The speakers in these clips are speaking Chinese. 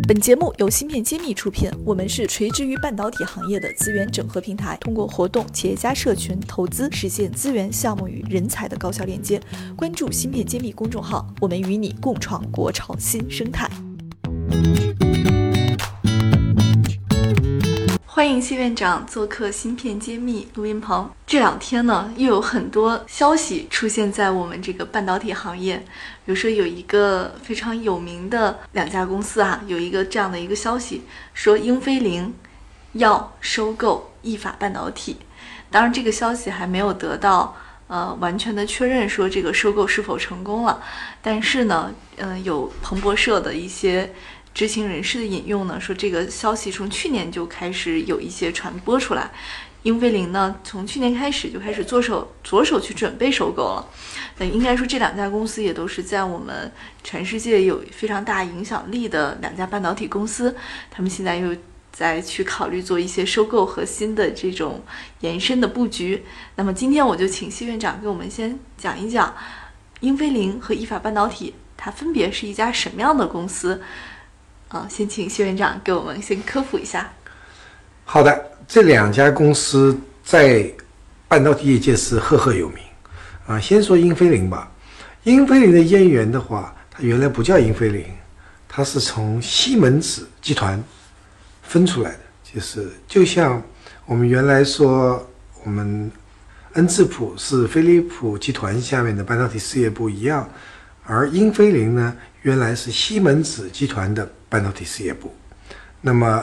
本节目由芯片揭秘出品，我们是垂直于半导体行业的资源整合平台，通过活动、企业家社群、投资，实现资源、项目与人才的高效链接。关注芯片揭秘公众号，我们与你共创国潮新生态。欢迎谢院长做客芯片揭秘录音棚。这两天呢，又有很多消息出现在我们这个半导体行业。比如说有一个非常有名的两家公司啊，有一个这样的一个消息，说英飞凌要收购意法半导体。当然这个消息还没有得到完全的确认，说这个收购是否成功了。但是呢，有彭博社的一些知情人士的引用呢，说这个消息从去年就开始有一些传播出来，英飞凌呢从去年开始就开始着手去准备收购了。应该说这两家公司也都是在我们全世界有非常大影响力的两家半导体公司，他们现在又在去考虑做一些收购和新的这种延伸的布局。那么今天我就请谢院长给我们先讲一讲英飞凌和意法半导体它分别是一家什么样的公司。先请谢院长给我们先科普一下。 好的，这两家公司在半导体业界是赫赫有名先说英飞凌吧。英飞凌的渊源的话，它原来不叫英飞凌，它是从西门子集团分出来的，就像我们原来说我们恩智浦是飞利浦集团下面的半导体事业部一样，而英飞凌呢原来是西门子集团的半导体事业部。那么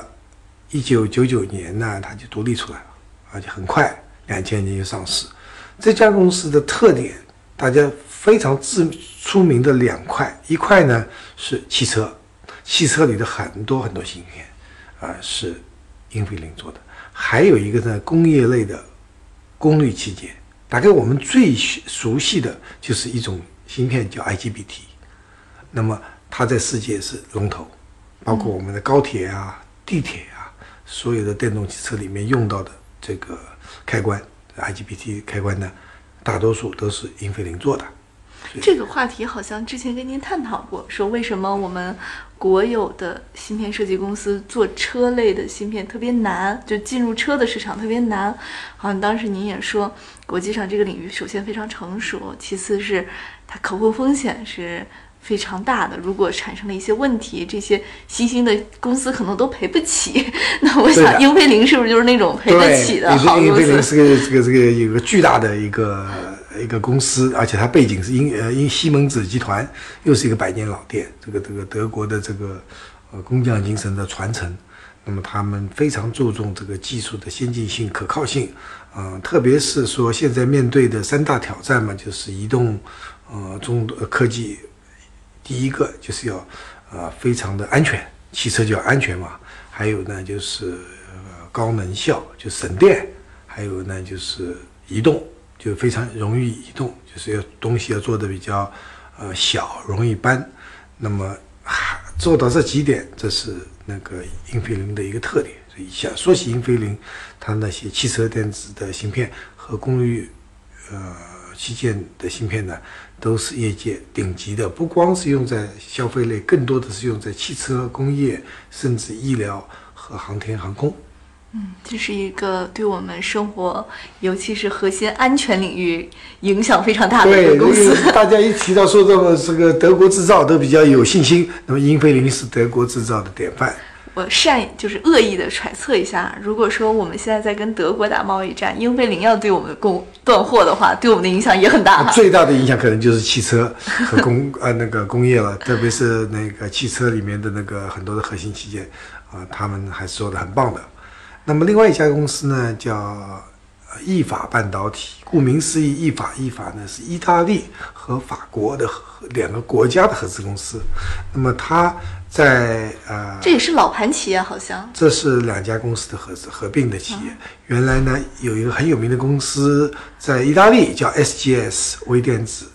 1999年呢它就独立出来了，而且很快2000年就上市。这家公司的特点大家非常出名的两块，一块呢是汽车里的很多芯片是英飞凌做的，还有一个呢工业类的功率器件。大概我们最熟悉的就是一种芯片叫 IGBT， 那么它在世界是龙头，包括我们的高铁地铁所有的电动汽车里面用到的这个开关 IGBT 开关呢，大多数都是英飞凌做的。 这个话题好像之前跟您探讨过，说为什么我们国有的芯片设计公司做车类的芯片特别难，就进入车的市场特别难。好像当时您也说，国际上这个领域首先非常成熟，其次是它客户风险是非常大的，如果产生了一些问题，这些新兴的公司可能都赔不起。那我想英飞凌是不是就是那种赔得起的好公司？ 英飞凌是这个有个巨大的一个公司，而且它背景是西门子集团，又是一个百年老店，这个德国的这个工匠精神的传承。那么他们非常注重这个技术的先进性、可靠性，特别是说现在面对的三大挑战嘛，就是移动科技。第一个就是要非常的安全，汽车就要安全嘛。还有呢就是高能效，就省电。还有呢就是移动，就非常容易移动，就是东西要做的比较小，容易搬。那么做到这几点，这是那个英飞凌的一个特点。所以说起英飞凌，它那些汽车电子的芯片和功率器件的芯片呢，都是业界顶级的，不光是用在消费类，更多的是用在汽车工业，甚至医疗和航天航空。 这是一个对我们生活，尤其是核心安全领域影响非常大的一个公司。 对，大家一提到说这个德国制造都比较有信心，那么英飞凌是德国制造的典范。 我就是恶意的揣测一下，如果说我们现在在跟德国打贸易战，英飞凌要对我们断货的话，对我们的影响也很大。 最大的影响可能就是汽车和工业了，特别是那个汽车里面的那个很多的核心器件他们还是做得很棒的。那么另外一家公司呢叫意法半导体，顾名思义，意法呢是意大利和法国的两个国家的合资公司。那么它在这也是老盘企业，好像这是两家公司的合并的企业。原来呢有一个很有名的公司在意大利叫 SGS 微电子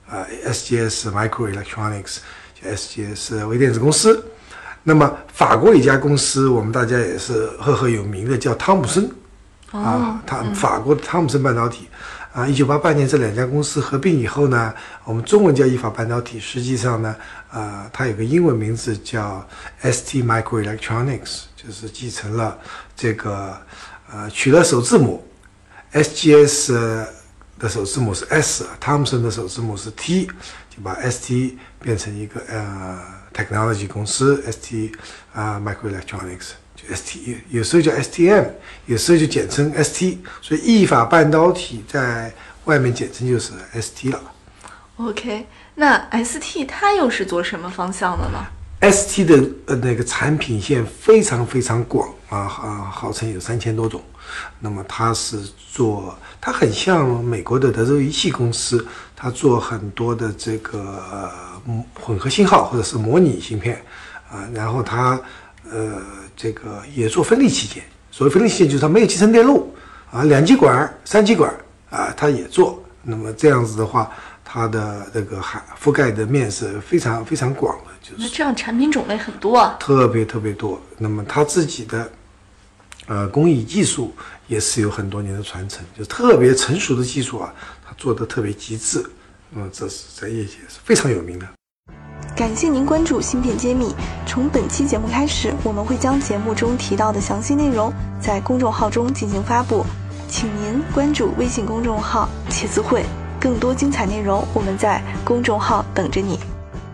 SGS Microelectronics， 叫 SGS 微电子公司。那么法国一家公司我们大家也是赫赫有名的，叫汤姆森法国的汤姆森半导体 1988年这两家公司合并以后呢，我们中文叫意法半导体，实际上呢，它有个英文名字叫 ST Microelectronics， 就是继承了这个取了首字母 SGS 的首字母是 S，Thomson 的首字母是 T， 就把 ST 变成一个technology 公司 ST Microelectronics。ST 有时候叫 STM， 有时候就简称 ST， 所以意法半导体在外面简称就是 ST 了。 OK， 那 ST 它又是做什么方向的呢 ？ST 的那个产品线非常非常广号称有3000多种。那么它很像美国的德州仪器公司，它做很多的这个混合信号或者是模拟芯片然后它这个也做分立器件，所谓分立器件就是它没有集成电路2极管、3极管它也做。那么这样子的话，它的这个覆盖的面是非常非常广的，就是那这样产品种类很多啊， 特别特别多。那么它自己的工艺技术也是有很多年的传承，就特别成熟的技术它做得特别极致。这是在业界是非常有名的。 感谢您关注芯片揭秘。从本期节目开始，我们会将节目中提到的详细内容在公众号中进行发布，请您关注微信公众号茄子会，更多精彩内容我们在公众号等着你。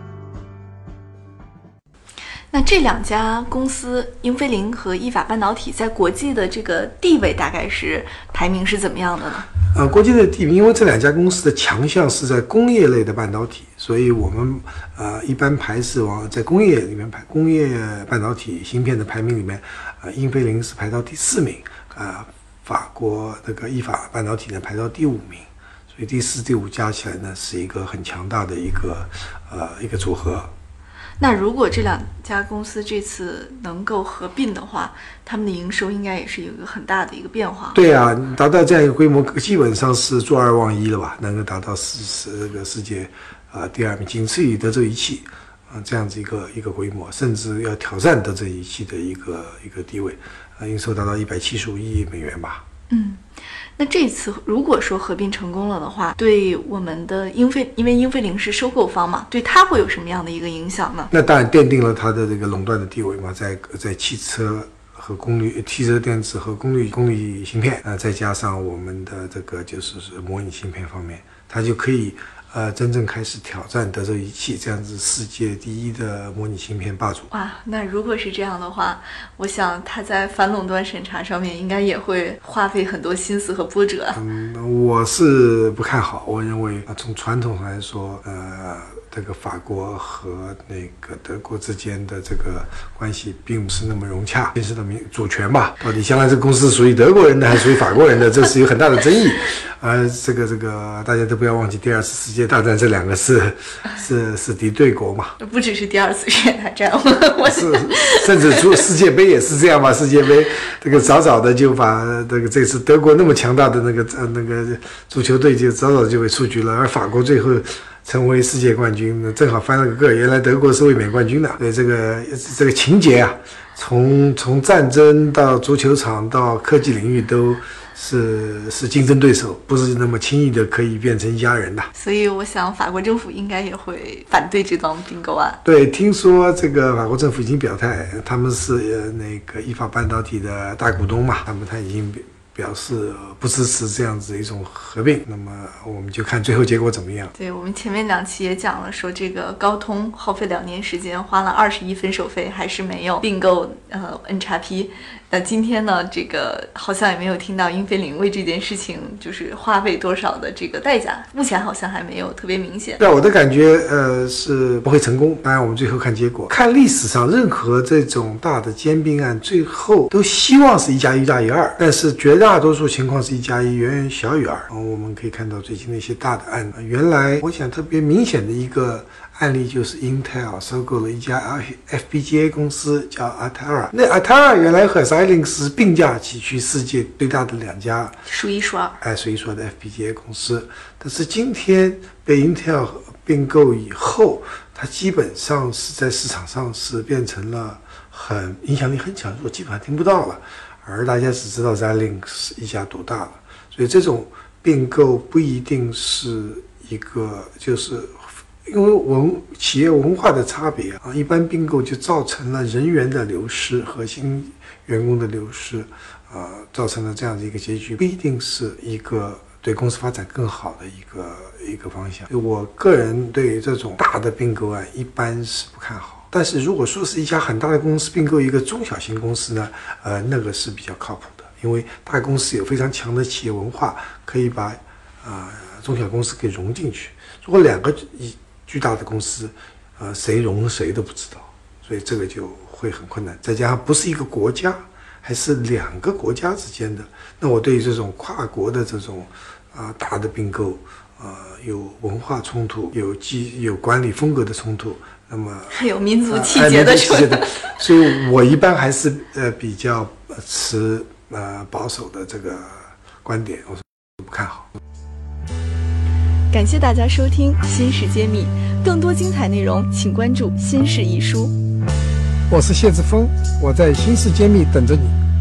那这两家公司英飞凌和意法半导体在国际的这个地位大概是排名是怎么样的呢？ 国际的地位，因为这两家公司的强项是在工业类的半导体，所以我们一般排是在工业里面排，工业半导体芯片的排名里面，英飞凌是排到第4名，法国那个意法半导体呢排到第5名，所以第4、第5加起来呢是一个很强大的一个组合。 那如果这两家公司这次能够合并的话，他们的营收应该也是有一个很大的一个变化。 对啊，达到这样一个规模，基本上是坐2望1了吧？能够达到这个世界第2名，仅次于德州仪器这样子一个规模，甚至要挑战德州仪器的一个地位，营收达到175亿美元吧。 那这次如果说合并成功了的话，对我们的因为英飞凌是收购方嘛，对它会有什么样的一个影响呢？ 那当然奠定了它的这个垄断的地位嘛，在汽车电子和功率芯片再加上我们的这个就是模拟芯片方面，它就可以真正开始挑战德州仪器这样子世界第1的模拟芯片霸主。 哇，那如果是这样的话，我想它在反垄断审查上面应该也会花费很多心思和波折。 我是不看好，我认为从传统上来说，这个法国和那个德国之间的这个关系并不是那么融洽，牵涉到主权吧，到底将来这个公司属于德国人的还是属于法国人的，这是有很大的争议。这个大家都不要忘记，第2次世界大战这两个是敌对国嘛， 不只是第2次世界大战， 甚至世界杯也是这样嘛。世界杯这个早的就把这次德国那么强大的那个足球队就早就被出局了，而法国最后成为世界冠军，正好翻了个。原来德国是卫冕冠军的，所以这个情节从战争到足球场到科技领域都是竞争对手，不是那么轻易的可以变成一家人的。 所以我想法国政府应该也会反对这桩并购案。 对，听说这个法国政府已经表态，他们是那个意法半导体的大股东嘛，他已经表示不支持这样子一种合并，那么我们就看最后结果怎么样。 对，我们前面2期也讲了，说这个高通耗费2年时间，花了20亿分手费，还是没有并购NXP。那今天呢，这个好像也没有听到英飞凌为这件事情就是花费多少的这个代价，目前好像还没有特别明显。 对，我的感觉是不会成功。当然我们最后看结果，看历史上任何这种大的兼并案，最后都希望是1+1大于2，但是绝大多数情况是1+1远远小于2。我们可以看到最近的一些大的案，原来我想特别明显的一个案例就是 Intel 收购了一家 FPGA 公司叫 Altera。那 Altera 原来和 Xilinx 并驾齐驱，世界最大的2家数一数二的 FPGA 公司。但是今天被 Intel 并购以后，它基本上是在市场上是变成了影响力很强弱，基本上听不到了。而大家只知道 Xilinx 一家独大了，所以这种并购不一定是一个，就是因为企业文化的差别啊，一般并购就造成了人员的流失，核心员工的流失，造成了这样的一个结局，不一定是一个对公司发展更好的一个方向。我个人对这种大的并购案一般是不看好。但是如果说是一家很大的公司并购一个中小型公司呢，那个是比较靠谱的，因为大公司有非常强的企业文化，可以把中小公司给融进去。如果两个巨大的公司，谁融谁都不知道，所以这个就会很困难。再加上不是一个国家，还是两个国家之间的，那我对于这种跨国的这种大的并购，有文化冲突，有管理风格的冲突。那么还有民族气节的冲突， 所以我一般还是比较持保守的这个观点，我不看好。 感谢大家收听《新事揭秘》，更多精彩内容请关注《新事一书》。 我是谢志峰，我在《新事揭秘》等着你。